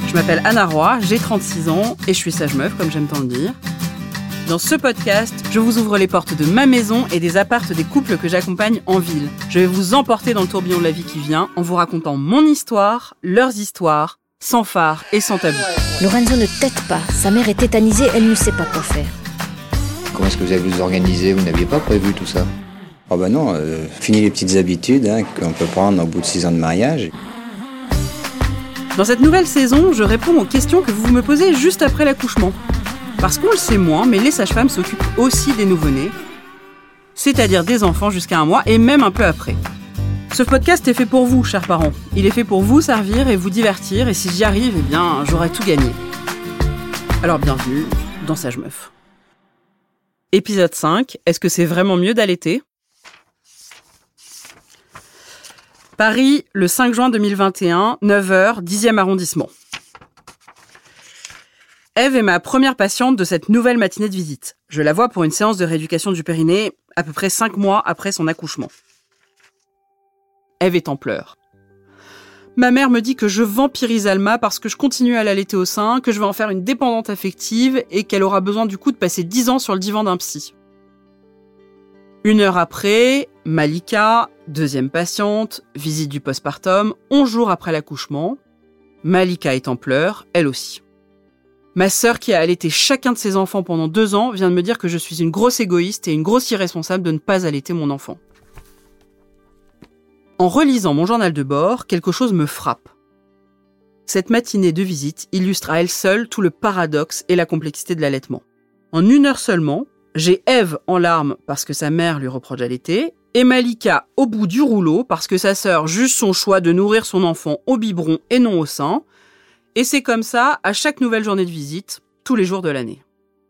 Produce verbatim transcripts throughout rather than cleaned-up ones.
Je m'appelle Anna Roy, j'ai trente-six ans et je suis sage meuf, comme j'aime tant le dire. Dans ce podcast, je vous ouvre les portes de ma maison et des appartes des couples que j'accompagne en ville. Je vais vous emporter dans le tourbillon de la vie qui vient en vous racontant mon histoire, leurs histoires, sans phare et sans tabou. Lorenzo ne tète pas, sa mère est tétanisée, elle ne sait pas quoi faire. Comment est-ce que vous avez vous organisé? Vous n'aviez pas prévu tout ça? Oh ben non, euh, fini les petites habitudes hein, qu'on peut prendre au bout de six ans de mariage. Dans cette nouvelle saison, je réponds aux questions que vous me posez juste après l'accouchement. Parce qu'on le sait moins, mais les sages-femmes s'occupent aussi des nouveau-nés, c'est-à-dire des enfants jusqu'à un mois et même un peu après. Ce podcast est fait pour vous, chers parents. Il est fait pour vous servir et vous divertir, et si j'y arrive, eh bien, j'aurai tout gagné. Alors bienvenue dans Sage Meuf. Épisode cinq, est-ce que c'est vraiment mieux d'allaiter ? Paris, le cinq juin deux mille vingt et un, neuf heures, dixième arrondissement. Ève est ma première patiente de cette nouvelle matinée de visite. Je la vois pour une séance de rééducation du périnée à peu près cinq mois après son accouchement. Ève est en pleurs. Ma mère me dit que je vampirise Alma parce que je continue à l'allaiter au sein, que je vais en faire une dépendante affective et qu'elle aura besoin du coup de passer dix ans sur le divan d'un psy. Une heure après, Malika, deuxième patiente, visite du postpartum, onze jours après l'accouchement. Malika est en pleurs, elle aussi. Ma sœur, qui a allaité chacun de ses enfants pendant deux ans, vient de me dire que je suis une grosse égoïste et une grosse irresponsable de ne pas allaiter mon enfant. En relisant mon journal de bord, quelque chose me frappe. Cette matinée de visite illustre à elle seule tout le paradoxe et la complexité de l'allaitement. En une heure seulement, j'ai Ève en larmes parce que sa mère lui reproche d'allaiter, et Malika au bout du rouleau parce que sa sœur juge son choix de nourrir son enfant au biberon et non au sein. Et c'est comme ça à chaque nouvelle journée de visite, tous les jours de l'année.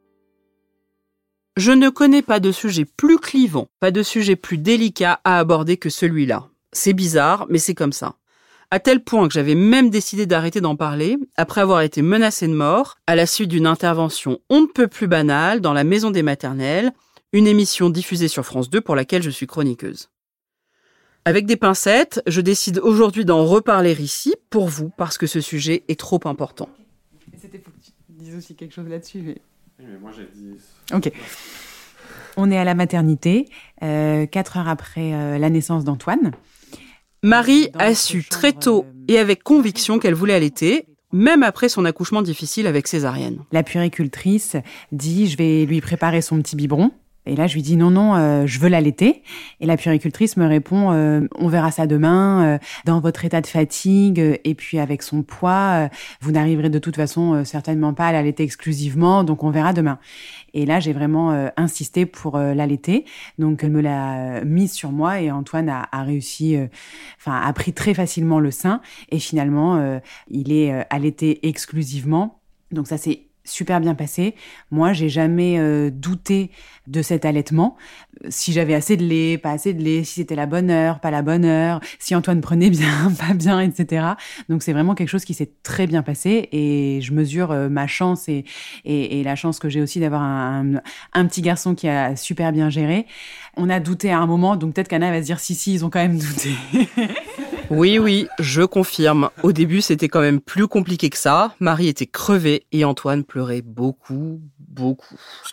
Je ne connais pas de sujet plus clivant, pas de sujet plus délicat à aborder que celui-là. C'est bizarre, mais c'est comme ça. À tel point que j'avais même décidé d'arrêter d'en parler, après avoir été menacée de mort, à la suite d'une intervention on ne peut plus banale dans la Maison des Maternelles, une émission diffusée sur France deux pour laquelle je suis chroniqueuse. Avec des pincettes, je décide aujourd'hui d'en reparler ici, pour vous, parce que ce sujet est trop important. C'était pour que tu dises aussi quelque chose là-dessus. Mais... Oui, mais moi j'ai dit... Ok. On est à la maternité, euh, quatre heures après euh, la naissance d'Antoine. Marie a su très tôt et avec conviction qu'elle voulait allaiter, même après son accouchement difficile avec césarienne. La puéricultrice dit « je vais lui préparer son petit biberon ». Et là, je lui dis non, non, euh, je veux l'allaiter. Et la puéricultrice me répond, euh, on verra ça demain, euh, dans votre état de fatigue, euh, et puis avec son poids, euh, vous n'arriverez de toute façon euh, certainement pas à l'allaiter exclusivement, donc on verra demain. Et là, j'ai vraiment euh, insisté pour euh, l'allaiter. Donc, elle me l'a mise sur moi et Antoine a, a réussi, euh, enfin, a pris très facilement le sein. Et finalement, euh, il est euh, allaité exclusivement. Donc ça, c'est super bien passé. Moi, j'ai jamais euh, douté de cet allaitement. Si j'avais assez de lait, pas assez de lait, si c'était la bonne heure, pas la bonne heure, si Antoine prenait bien, pas bien, et cetera. Donc, c'est vraiment quelque chose qui s'est très bien passé et je mesure euh, ma chance et, et, et la chance que j'ai aussi d'avoir un, un, un petit garçon qui a super bien géré. On a douté à un moment, donc peut-être qu'Anna va se dire si, si, ils ont quand même douté. Oui, oui, je confirme. Au début, c'était quand même plus compliqué que ça. Marie était crevée et Antoine pleurait beaucoup, beaucoup.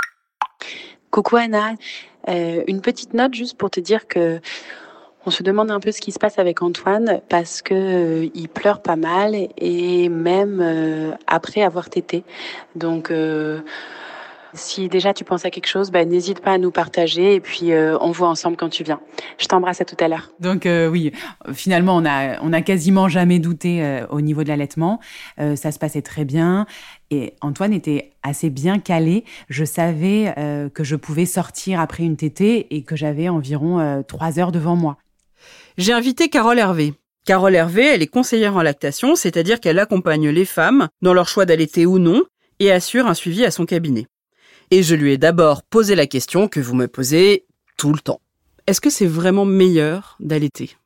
Coucou Anna, euh, une petite note juste pour te dire que on se demande un peu ce qui se passe avec Antoine parce que euh, il pleure pas mal et même euh, après avoir tété. Donc euh, si déjà tu penses à quelque chose, bah, n'hésite pas à nous partager et puis euh, on voit ensemble quand tu viens. Je t'embrasse, à tout à l'heure. Donc euh, oui, finalement on a on a quasiment jamais douté euh, au niveau de l'allaitement. Euh, ça se passait très bien et Antoine était assez bien calé. Je savais euh, que je pouvais sortir après une tétée et que j'avais environ euh, trois heures devant moi. J'ai invité Carole Hervé. Carole Hervé, elle est conseillère en lactation, c'est-à-dire qu'elle accompagne les femmes dans leur choix d'allaiter ou non et assure un suivi à son cabinet. Et je lui ai d'abord posé la question que vous me posez tout le temps. Est-ce que c'est vraiment meilleur d'allaiter ?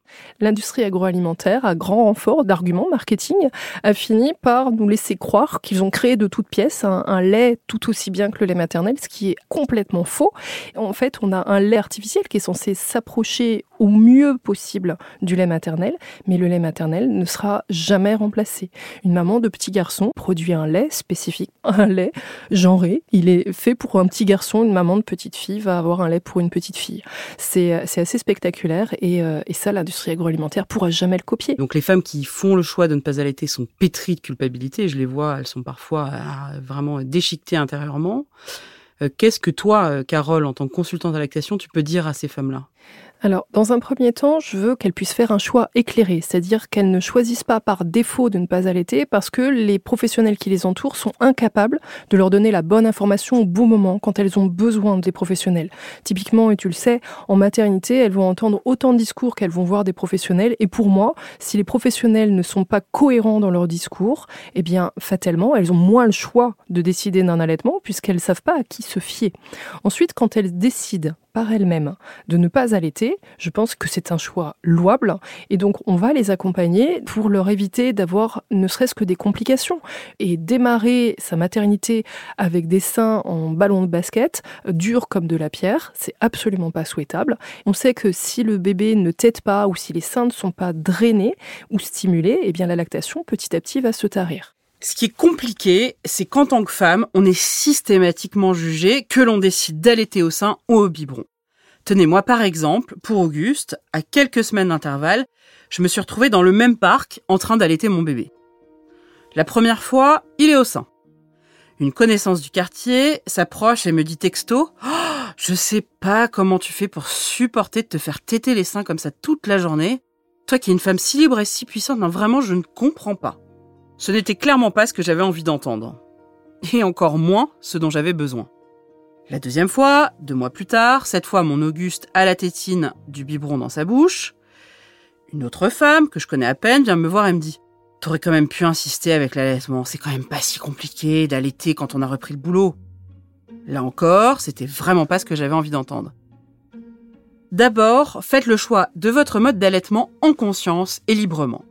L'industrie agroalimentaire, à grand renfort d'arguments marketing, a fini par nous laisser croire qu'ils ont créé de toutes pièces un, un lait tout aussi bien que le lait maternel, ce qui est complètement faux. En fait, on a un lait artificiel qui est censé s'approcher au mieux possible du lait maternel, mais le lait maternel ne sera jamais remplacé. Une maman de petit garçon produit un lait spécifique, un lait genré. Il est fait pour un petit garçon, une maman de petite fille va avoir un lait pour une petite fille. C'est, c'est assez spectaculaire et, euh, et ça, l'industrie agroalimentaire pourra jamais le copier. Donc les femmes qui font le choix de ne pas allaiter sont pétries de culpabilité. Je les vois, elles sont parfois euh, vraiment déchiquetées intérieurement. Euh, qu'est-ce que toi, euh, Carole, en tant que consultante à lactation, tu peux dire à ces femmes-là ? Alors, dans un premier temps, je veux qu'elles puissent faire un choix éclairé, c'est-à-dire qu'elles ne choisissent pas par défaut de ne pas allaiter parce que les professionnels qui les entourent sont incapables de leur donner la bonne information au bon moment quand elles ont besoin des professionnels. Typiquement, et tu le sais, en maternité, elles vont entendre autant de discours qu'elles vont voir des professionnels. Et pour moi, si les professionnels ne sont pas cohérents dans leur discours, eh bien, fatalement, elles ont moins le choix de décider d'un allaitement puisqu'elles ne savent pas à qui se fier. Ensuite, quand elles décident par elles-mêmes de ne pas allaiter, je pense que c'est un choix louable et donc on va les accompagner pour leur éviter d'avoir ne serait-ce que des complications. Et démarrer sa maternité avec des seins en ballon de basket, dur comme de la pierre, c'est absolument pas souhaitable. On sait que si le bébé ne tète pas ou si les seins ne sont pas drainés ou stimulés, eh bien la lactation petit à petit va se tarir. Ce qui est compliqué, c'est qu'en tant que femme, on est systématiquement jugé que l'on décide d'allaiter au sein ou au biberon. Tenez, moi par exemple, pour Auguste, à quelques semaines d'intervalle, je me suis retrouvée dans le même parc en train d'allaiter mon bébé. La première fois, il est au sein. Une connaissance du quartier s'approche et me dit texto oh, « Je sais pas comment tu fais pour supporter de te faire téter les seins comme ça toute la journée. Toi qui es une femme si libre et si puissante, non, vraiment je ne comprends pas. » Ce n'était clairement pas ce que j'avais envie d'entendre. Et encore moins ce dont j'avais besoin. La deuxième fois, deux mois plus tard, cette fois mon Auguste a la tétine du biberon dans sa bouche. Une autre femme, que je connais à peine, vient me voir et me dit « T'aurais quand même pu insister avec l'allaitement, c'est quand même pas si compliqué d'allaiter quand on a repris le boulot. » Là encore, c'était vraiment pas ce que j'avais envie d'entendre. D'abord, faites le choix de votre mode d'allaitement en conscience et librement.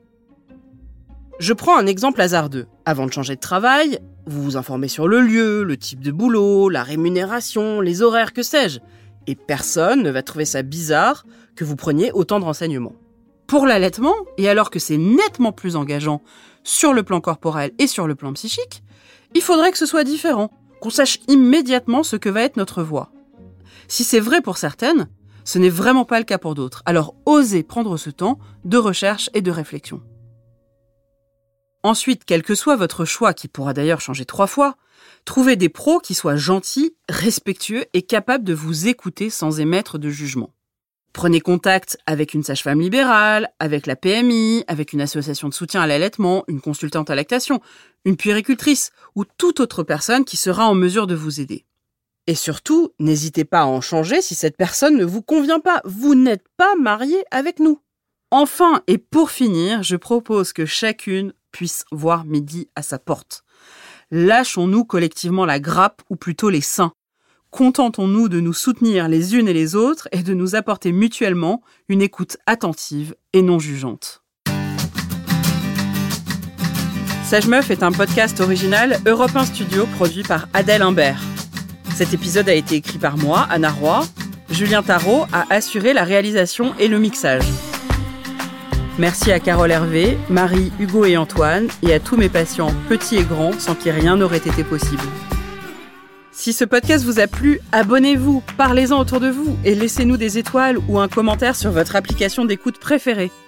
Je prends un exemple hasardeux. Avant de changer de travail, vous vous informez sur le lieu, le type de boulot, la rémunération, les horaires, que sais-je. Et personne ne va trouver ça bizarre que vous preniez autant de renseignements. Pour l'allaitement, et alors que c'est nettement plus engageant sur le plan corporel et sur le plan psychique, il faudrait que ce soit différent, qu'on sache immédiatement ce que va être notre voie. Si c'est vrai pour certaines, ce n'est vraiment pas le cas pour d'autres. Alors osez prendre ce temps de recherche et de réflexion. Ensuite, quel que soit votre choix, qui pourra d'ailleurs changer trois fois, trouvez des pros qui soient gentils, respectueux et capables de vous écouter sans émettre de jugement. Prenez contact avec une sage-femme libérale, avec la P M I, avec une association de soutien à l'allaitement, une consultante à lactation, une puéricultrice ou toute autre personne qui sera en mesure de vous aider. Et surtout, n'hésitez pas à en changer si cette personne ne vous convient pas. Vous n'êtes pas marié avec nous. Enfin, et pour finir, je propose que chacune puisse voir midi à sa porte. Lâchons-nous collectivement la grappe ou plutôt les seins. Contentons-nous de nous soutenir les unes et les autres et de nous apporter mutuellement une écoute attentive et non jugeante. Sage Meuf est un podcast original Europe un Studio produit par Adèle Imbert. Cet épisode a été écrit par moi, Anna Roy. Julien Tarot a assuré la réalisation et le mixage. Merci à Carole Hervé, Marie, Hugo et Antoine, et à tous mes patients, petits et grands, sans qui rien n'aurait été possible. Si ce podcast vous a plu, abonnez-vous, parlez-en autour de vous, et laissez-nous des étoiles ou un commentaire sur votre application d'écoute préférée.